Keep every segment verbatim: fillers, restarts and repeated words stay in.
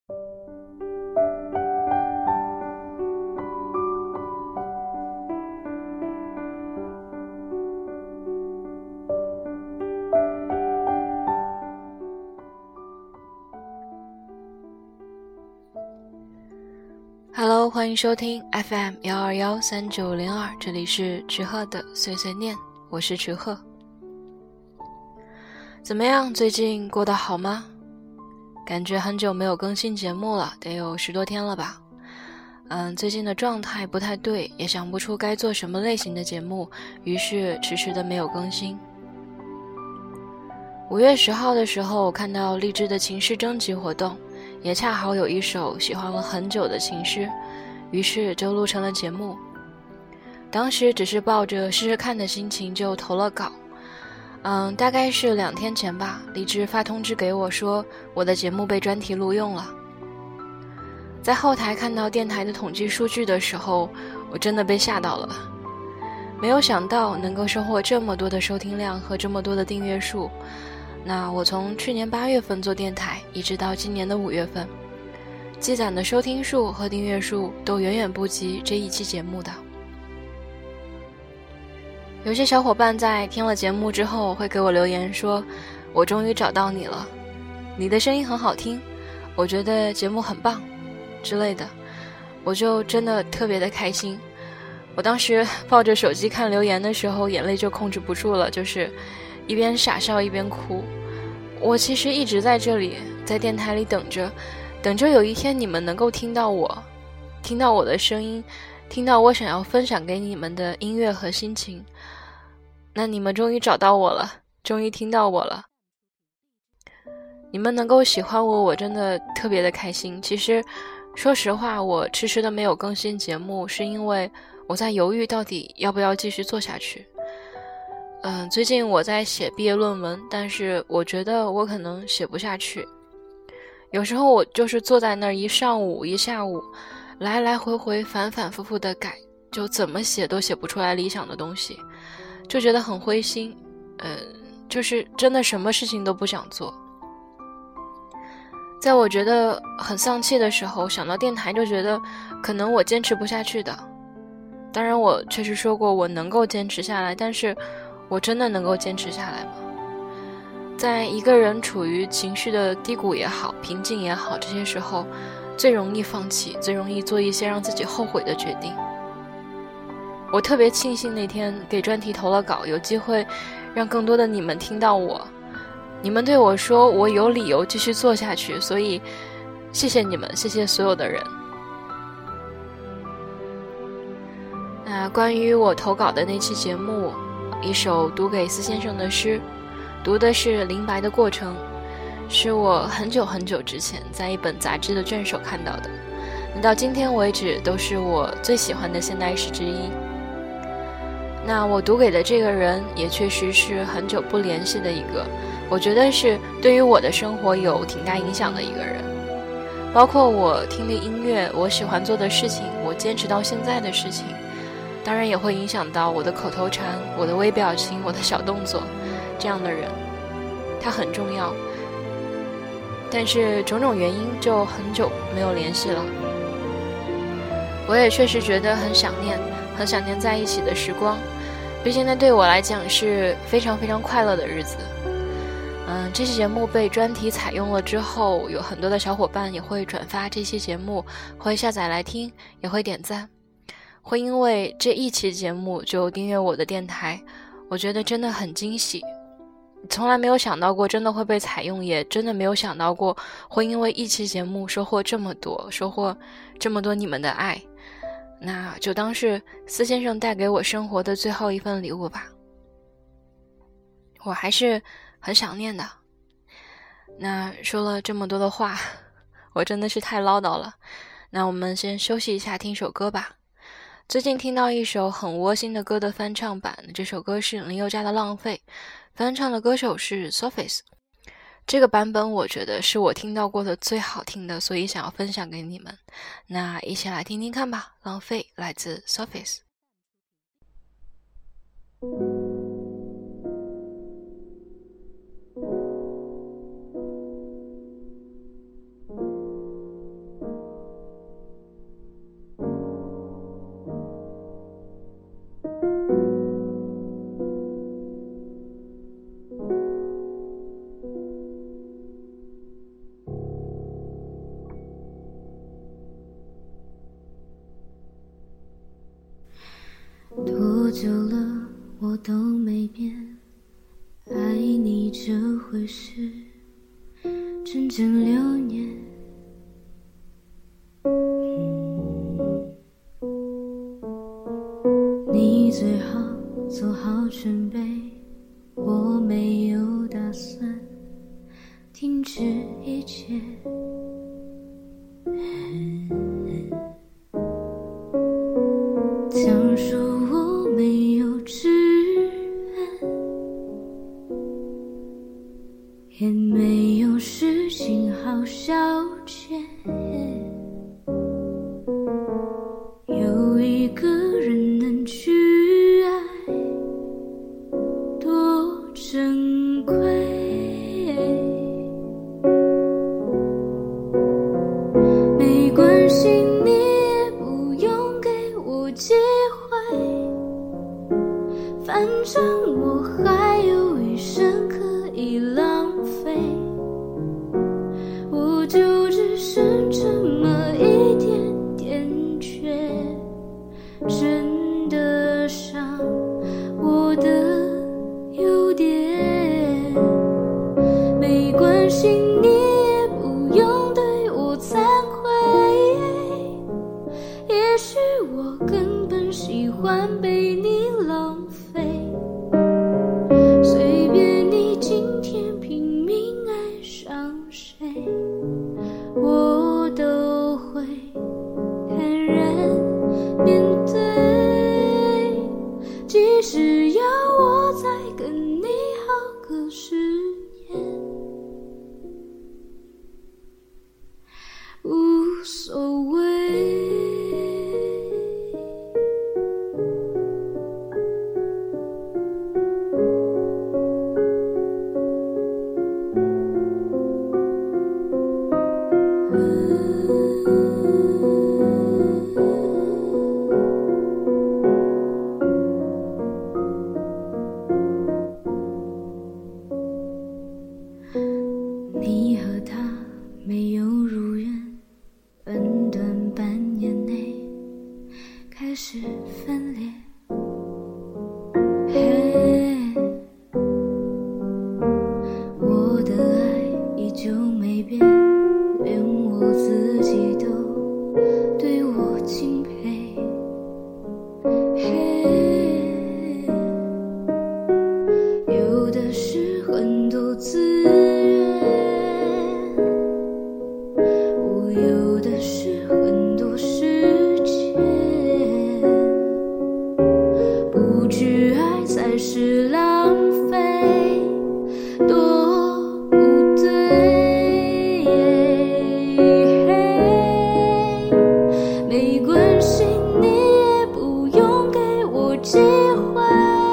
Hello， 欢迎收听 F M 一二一三九零二，这里是池鹤的碎碎念，我是池鹤。怎么样，最近过得好吗？感觉很久没有更新节目了，得有十多天了吧。嗯，最近的状态不太对，也想不出该做什么类型的节目，于是迟迟的没有更新。五月十号的时候，我看到荔枝的情诗征集活动，也恰好有一首喜欢了很久的情诗，于是就录成了节目。当时只是抱着试试看的心情就投了稿。嗯，大概是两天前吧，荔枝发通知给我说我的节目被专题录用了。在后台看到电台的统计数据的时候，我真的被吓到了。没有想到能够收获这么多的收听量和这么多的订阅数。那我从去年八月份做电台，一直到今年的五月份，积攒的收听数和订阅数都远远不及这一期节目的。有些小伙伴在听了节目之后会给我留言说，我终于找到你了，你的声音很好听，我觉得节目很棒之类的，我就真的特别的开心。我当时抱着手机看留言的时候，眼泪就控制不住了，就是一边傻笑一边哭。我其实一直在这里，在电台里等着，等着有一天你们能够听到我，听到我的声音，听到我想要分享给你们的音乐和心情。那你们终于找到我了，终于听到我了。你们能够喜欢我，我真的特别的开心。其实说实话，我迟迟的没有更新节目，是因为我在犹豫到底要不要继续做下去。嗯，最近我在写毕业论文，但是我觉得我可能写不下去。有时候我就是坐在那儿一上午一下午，来来回回反反复复的改，就怎么写都写不出来理想的东西，就觉得很灰心。嗯，就是真的什么事情都不想做。在我觉得很丧气的时候，想到电台就觉得可能我坚持不下去的。当然我确实说过我能够坚持下来，但是我真的能够坚持下来吗？在一个人处于情绪的低谷也好，平静也好，这些时候最容易放弃，最容易做一些让自己后悔的决定。我特别庆幸那天给专题投了稿，有机会让更多的你们听到我，你们对我说我有理由继续做下去，所以谢谢你们，谢谢所有的人。那关于我投稿的那期节目，一首读给司先生的诗，读的是临白的过程，是我很久很久之前在一本杂志的卷首看到的，那到今天为止都是我最喜欢的现代诗之一。那我读给的这个人也确实是很久不联系的一个，我觉得是对于我的生活有挺大影响的一个人，包括我听的音乐，我喜欢做的事情，我坚持到现在的事情，当然也会影响到我的口头禅，我的微表情，我的小动作，这样的人他很重要，但是种种原因就很久没有联系了。我也确实觉得很想念很想念在一起的时光，毕竟那对我来讲是非常非常快乐的日子。嗯，这期节目被专题采用了之后，有很多的小伙伴也会转发这期节目，会下载来听，也会点赞，会因为这一期节目就订阅我的电台，我觉得真的很惊喜。从来没有想到过真的会被采用，也真的没有想到过会因为一期节目收获这么多，收获这么多你们的爱。那就当是司先生带给我生活的最后一份礼物吧。我还是很想念的。那说了这么多的话，我真的是太唠叨了。那我们先休息一下，听首歌吧。最近听到一首很窝心的歌的翻唱版，这首歌是林宥嘉的《浪费》，翻唱的歌手是 Surface。这个版本我觉得是我听到过的最好听的，所以想要分享给你们。那一起来听听看吧，浪费来自 Surface。 久了我都没变，爱你这回事整整六年。你最好做好准备，我没有打算停止一切。讲述我没有志愿，也没有事情好消遣，有一个人能去爱多珍贵。没关系，你也不用给我机会，反正我还有余生可以浪费，我就只剩这么一点点缺，真的伤我的优点。没关系，你也不用对我惭愧，也许我根本喜欢被你浪费，随便你今天拼命爱上谁，我都会坦然面对，即使要我再跟你好个十年，无所谓。你和他没有如愿，短短半年内开始分裂。嘿，我的爱依旧没变，连我自己都对我敬佩。嘿，有的是很多资源，我有的是很多时间，不去爱才是浪费，多不对。没关系，你也不用给我机会，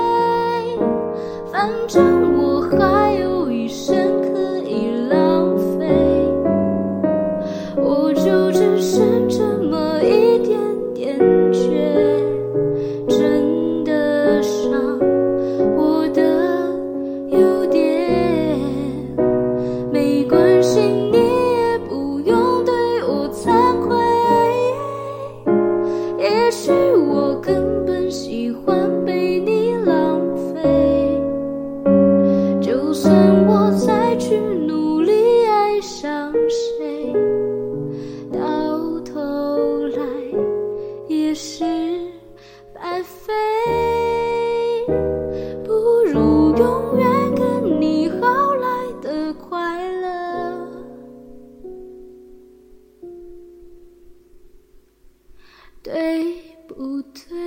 反正我还有余生可以浪费，我就只剩这么一点点缺，真的伤我的优点。没关系，你也不用对我惭愧，也许我根本喜欢被你浪费，就算我再去努力爱上谁，到头来也是白费，不如永远跟你好来的快乐，对不对？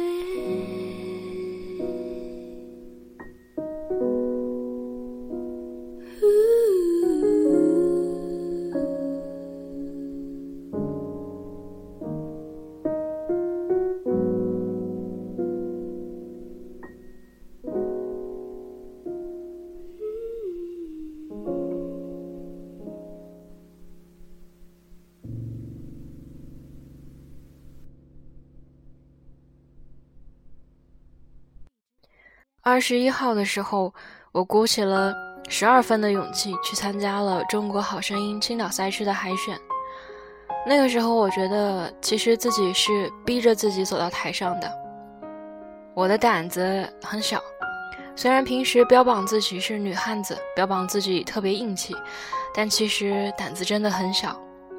二十一号的时候，我鼓起了十二分的勇气去参加了中国好声音青岛赛区的海选。那个时候我觉得其实自己是逼着自己走到台上的， 我的胆子很小，虽然平时标榜自己是女汉子，标榜自己特别硬气，但其实胆子真的很小。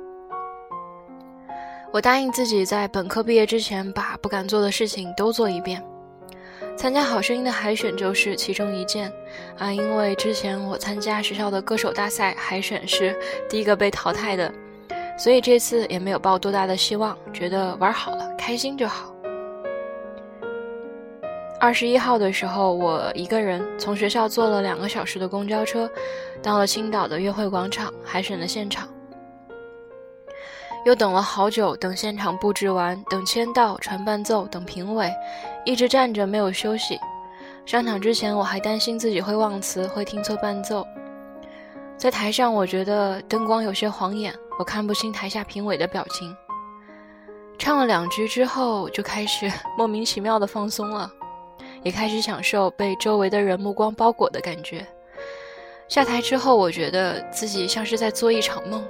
我答应自己在本科毕业之前把不敢做的事情都做一遍。参加好声音的海选就是其中一件啊，因为之前我参加学校的歌手大赛海选是第一个被淘汰的，所以这次也没有抱多大的希望，觉得玩好了开心就好。二十一号的时候，我一个人从学校坐了两个小时的公交车，到了青岛的约会广场海选的现场。又等了好久，等现场布置完，等签到、传伴奏，等评委，一直站着没有休息。上场之前我还担心自己会忘词，会听错伴奏。在台上我觉得灯光有些晃眼，我看不清台下评委的表情。唱了两句之后就开始莫名其妙的放松了，也开始享受被周围的人目光包裹的感觉。下台之后我觉得自己像是在做一场梦。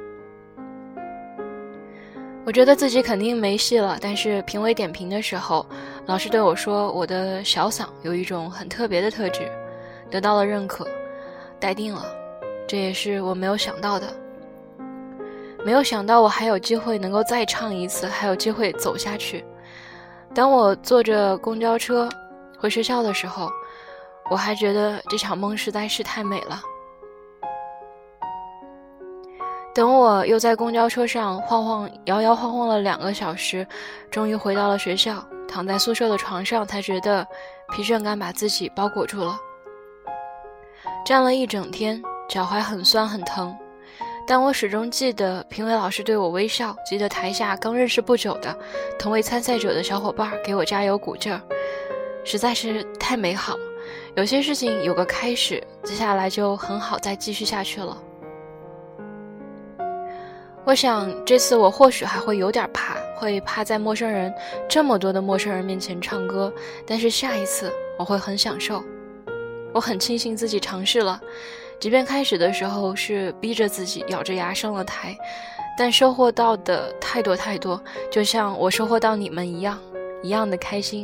我觉得自己肯定没戏了，但是评委点评的时候，老师对我说我的小嗓有一种很特别的特质，得到了认可，待定了。这也是我没有想到的，没有想到我还有机会能够再唱一次，还有机会走下去。当我坐着公交车回学校的时候，我还觉得这场梦实在是太美了。等我又在公交车上晃晃摇摇晃晃了两个小时，终于回到了学校，躺在宿舍的床上才觉得疲倦感把自己包裹住了。站了一整天，脚踝很酸很疼，但我始终记得评委老师对我微笑，记得台下刚认识不久的同为参赛者的小伙伴给我加油鼓劲儿，实在是太美好。有些事情有个开始，接下来就很好再继续下去了。我想这次我或许还会有点怕，会怕在陌生人这么多的陌生人面前唱歌，但是下一次我会很享受。我很庆幸自己尝试了，即便开始的时候是逼着自己咬着牙上了台，但收获到的太多太多，就像我收获到你们一样，一样的开心。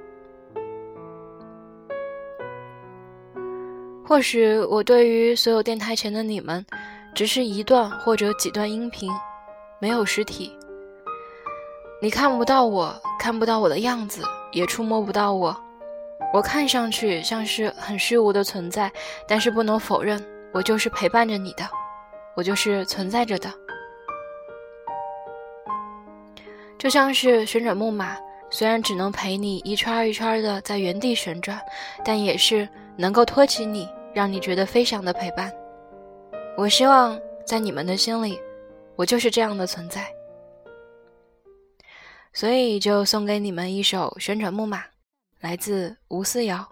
或许我对于所有电台前的你们只是一段或者几段音频，没有实体。你看不到我，看不到我的样子，也触摸不到我。我看上去像是很虚无的存在，但是不能否认，我就是陪伴着你的，我就是存在着的。就像是旋转木马，虽然只能陪你一圈一圈的在原地旋转，但也是能够托起你，让你觉得飞翔的陪伴。我希望在你们的心里，我就是这样的存在。所以就送给你们一首旋转木马，来自吴思瑶。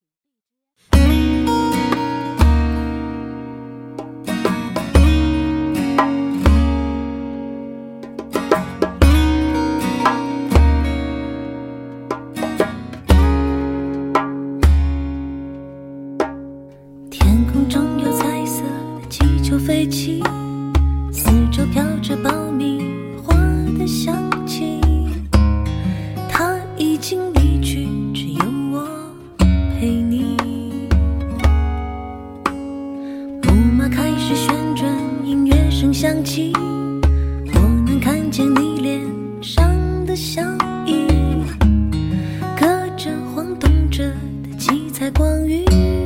天空中有彩色的气球飞起，四周飘着爆米花的香气。他已经离去，只有我陪你。木马开始旋转，音乐声响起，我能看见你脸上的笑意，隔着晃动着的七彩光晕。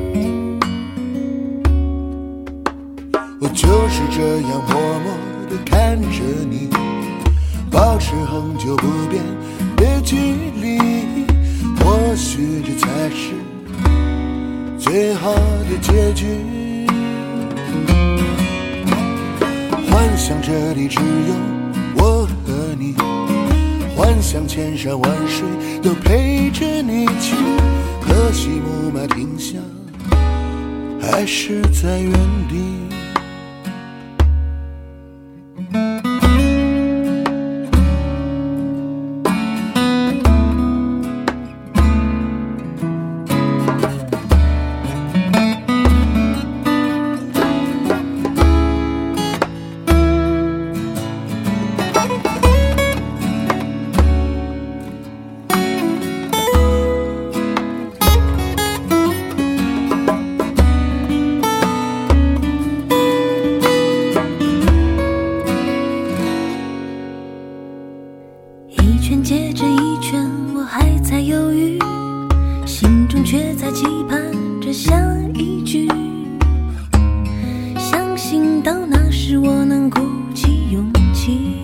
我就是这样默默地看着你，保持恒久不变的距离，或许这才是最好的结局。幻想这里只有我和你，幻想千山万水都陪着你去，可惜木马停下，还是在原地。 接着一圈，我还在犹豫，心中却在期盼着下一句，相信到那时我能鼓起勇气。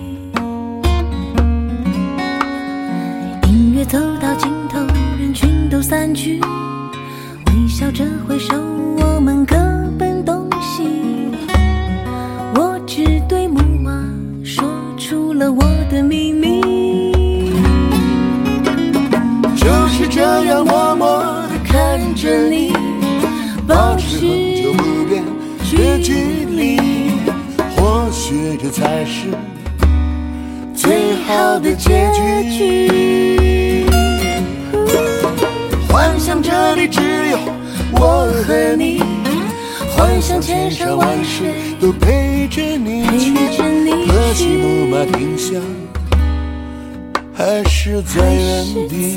音乐走到尽头，人群都散去，微笑着挥手，我们各奔东西。我只对木马说出了我的秘密， 就是这样默默地看着你，保持恒久不变的距离，或许这才是最好的结局。幻想这里只有我和你，幻想千山万水都陪着你去，可惜木马停下，还是在原地。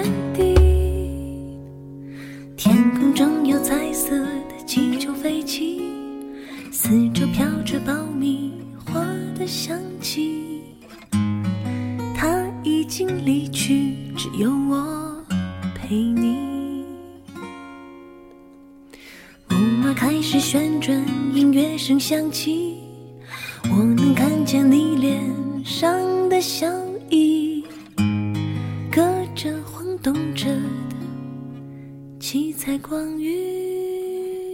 天空中有彩色的气球飞起，四周飘着爆米花的香气。他已经离去，只有我陪你。木马开始旋转，音乐声响起，我能看见你脸上的笑意，隔着晃动着的七彩光晕。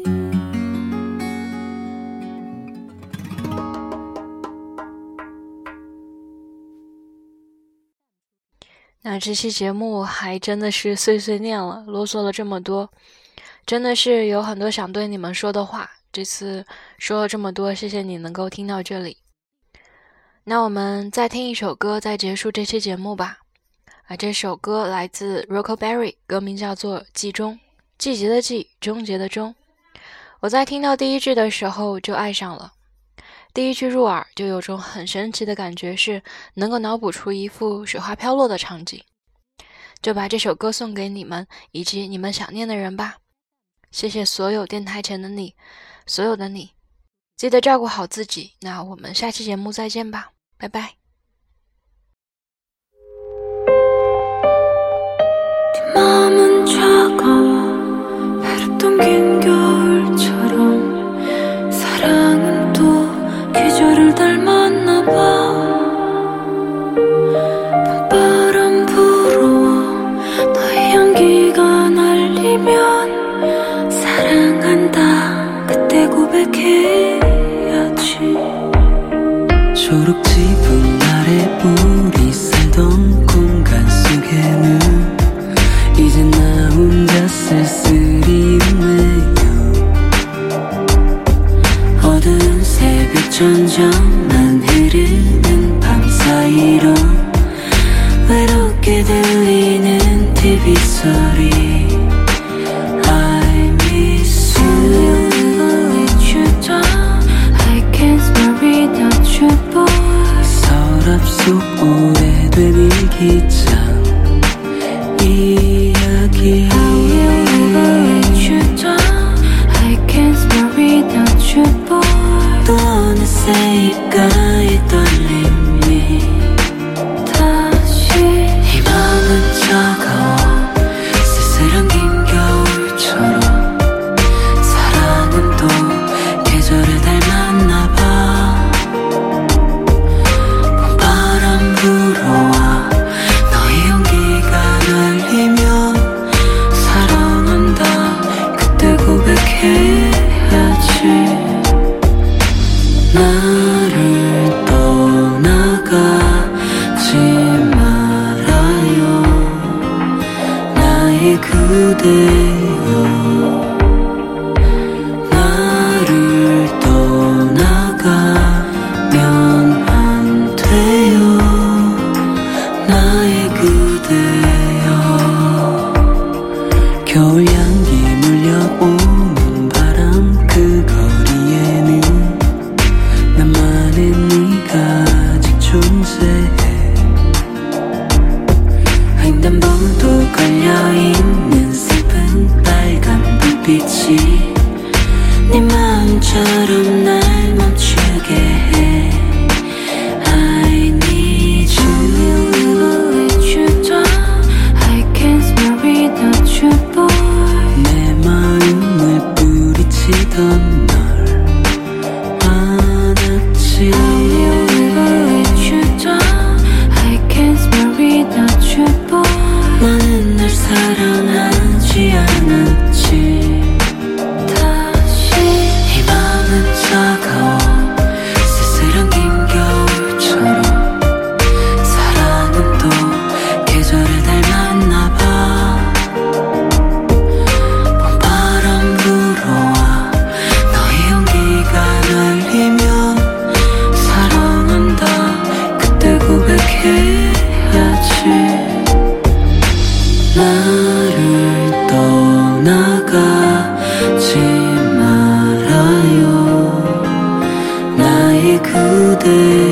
那这期节目还真的是碎碎念了，啰嗦了这么多，真的是有很多想对你们说的话，这次说了这么多，谢谢你能够听到这里。那我们再听一首歌，再结束这期节目吧。啊，这首歌来自 Rockleberry， 歌名叫做《季中》，季节的季，终结的终。我在听到第一句的时候就爱上了，第一句入耳就有种很神奇的感觉，是能够脑补出一幅水花飘落的场景。就把这首歌送给你们以及你们想念的人吧。谢谢所有电台前的你，所有的你，记得照顾好自己。那我们下期节目再见吧，拜拜。 마음은 차가워 바랬던 긴 겨울처럼 사랑은 또 계절을 닮았나 봐 봄바람 불어와 너의 향기가 날리면 사랑한다 그때 고백해야지 초록지붕 아래 우리 살던 공간 속에는 이제 나 혼자 쓸쓸히 웃네요 어두운 새벽 전정만 흐르는 밤 사이로 외롭게 들리는 티비 소리 I miss you let you down I can't smile without you boy 서랍 속 오래된 일기장 이야기 I will never let you down I can't smile without you boy 또 어느새 입가에 떨림이 다시 이 맘은 차가워 쓸쓸한 긴 겨울처럼 사랑은 또 계절을 닮았나 봐 봄바람 불어와 너의 온기가 날리면 사랑한다 그때 고백해야지 나를 떠나가지 말아요 그대